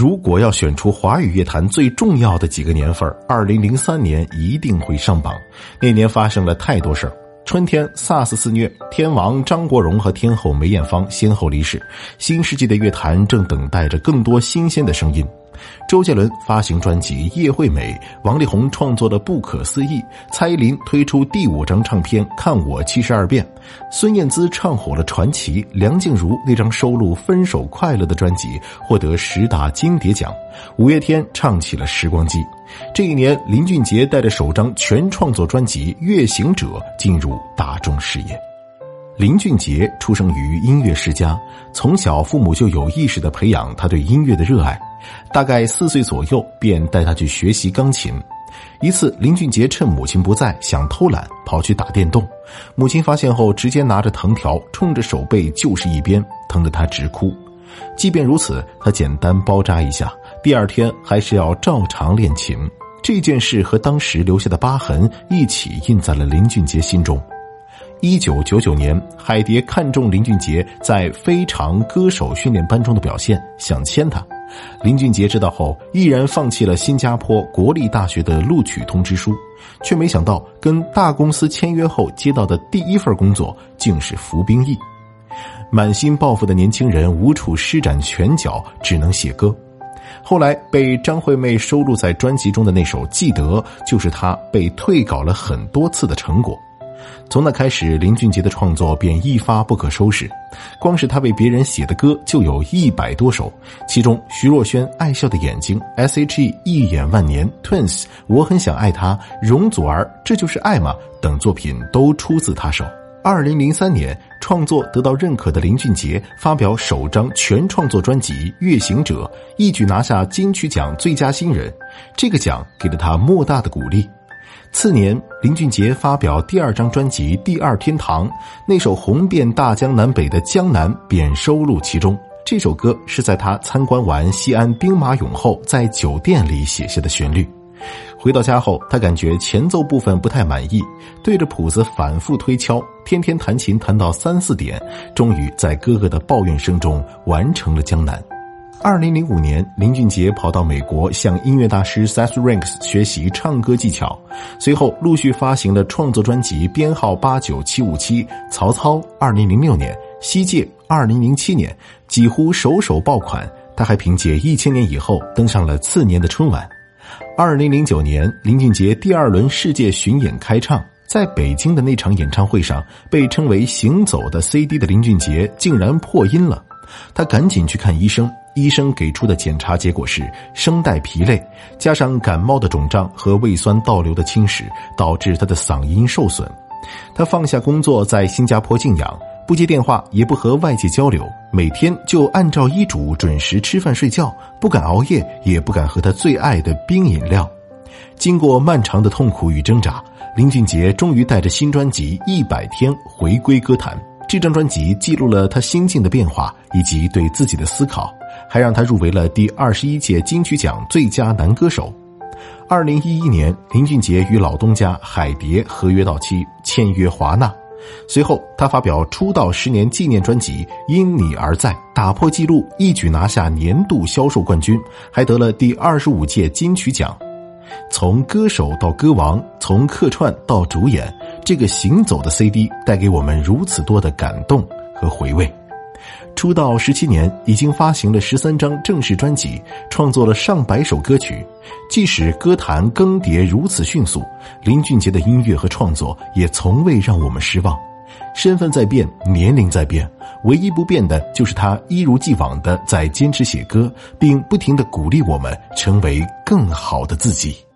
如果要选出华语乐坛最重要的几个年份，2003年一定会上榜。那年发生了太多事儿。春天 SARS 肆虐，天王张国荣和天后梅艳芳先后离世，新世纪的乐坛正等待着更多新鲜的声音。周杰伦发行专辑《叶惠美》，王力宏创作的《不可思议》，蔡依林推出第5张唱片《看我72变》，孙燕姿唱火了《传奇》，梁静茹那张收录《分手快乐》的专辑获得10大金碟奖，五月天唱起了《时光机》。这一年，林俊杰带着首张全创作专辑《月行者》进入大众视野。林俊杰出生于音乐世家，从小父母就有意识地培养他对音乐的热爱，大概4岁左右便带他去学习钢琴。一次，林俊杰趁母亲不在，想偷懒跑去打电动，母亲发现后直接拿着藤条冲着手背就是一鞭，疼得他直哭。即便如此，他简单包扎一下，第2天还是要照常练琴。这件事和当时留下的疤痕一起印在了林俊杰心中。1999年，海蝶看中林俊杰在非常歌手训练班中的表现，想签他。林俊杰知道后，毅然放弃了新加坡国立大学的录取通知书，却没想到跟大公司签约后接到的第1份工作竟是服兵役。满心抱负的年轻人无处施展拳脚，只能写歌。后来被张惠妹收录在专辑中的那首《记得》，就是他被退稿了很多次的成果。从那开始，林俊杰的创作便一发不可收拾，光是他为别人写的歌就有100多首，其中徐若瑄《爱笑的眼睛》、S.H.E 一眼万年、Twins 我很想爱他、容祖儿这就是爱吗等作品都出自他手。2003年，创作得到认可的林俊杰发表首张全创作专辑《月行者》，一举拿下金曲奖最佳新人，这个奖给了他莫大的鼓励。次年，林俊杰发表第2张专辑《第2天堂》，那首红遍大江南北的《江南》便收录其中。这首歌是在他参观完西安兵马俑后，在酒店里写下的旋律。回到家后，他感觉前奏部分不太满意，对着谱子反复推敲，天天弹琴弹到3、4点，终于在哥哥的抱怨声中完成了《江南》。2005年，林俊杰跑到美国向音乐大师 Seth Ranks 学习唱歌技巧，随后陆续发行了创作专辑编号89757、曹操2006年、西界2007年，几乎首首爆款。他还凭借1000年以后登上了次年的春晚。2009年，林俊杰第2轮世界巡演开唱，在北京的那场演唱会上，被称为行走的 CD 的林俊杰竟然破音了。他赶紧去看医生，医生给出的检查结果是声带疲累，加上感冒的肿胀和胃酸倒流的侵蚀，导致他的嗓音受损。他放下工作，在新加坡静养，不接电话，也不和外界交流，每天就按照医嘱准时吃饭睡觉，不敢熬夜，也不敢喝他最爱的冰饮料。经过漫长的痛苦与挣扎，林俊杰终于带着新专辑《100天》回归歌坛。这张专辑记录了他心境的变化以及对自己的思考，还让他入围了第21届金曲奖最佳男歌手。2011年，林俊杰与老东家海蝶合约到期，签约华纳。随后他发表出道10年纪念专辑《因你而在》，打破纪录，一举拿下年度销售冠军，还得了第25届金曲奖。从歌手到歌王，从客串到主演，这个行走的 CD 带给我们如此多的感动和回味。出道17年，已经发行了13张正式专辑，创作了上百首歌曲。即使歌坛更迭如此迅速，林俊杰的音乐和创作也从未让我们失望。身份在变，年龄在变，唯一不变的就是他一如既往的在坚持写歌，并不停地鼓励我们成为更好的自己。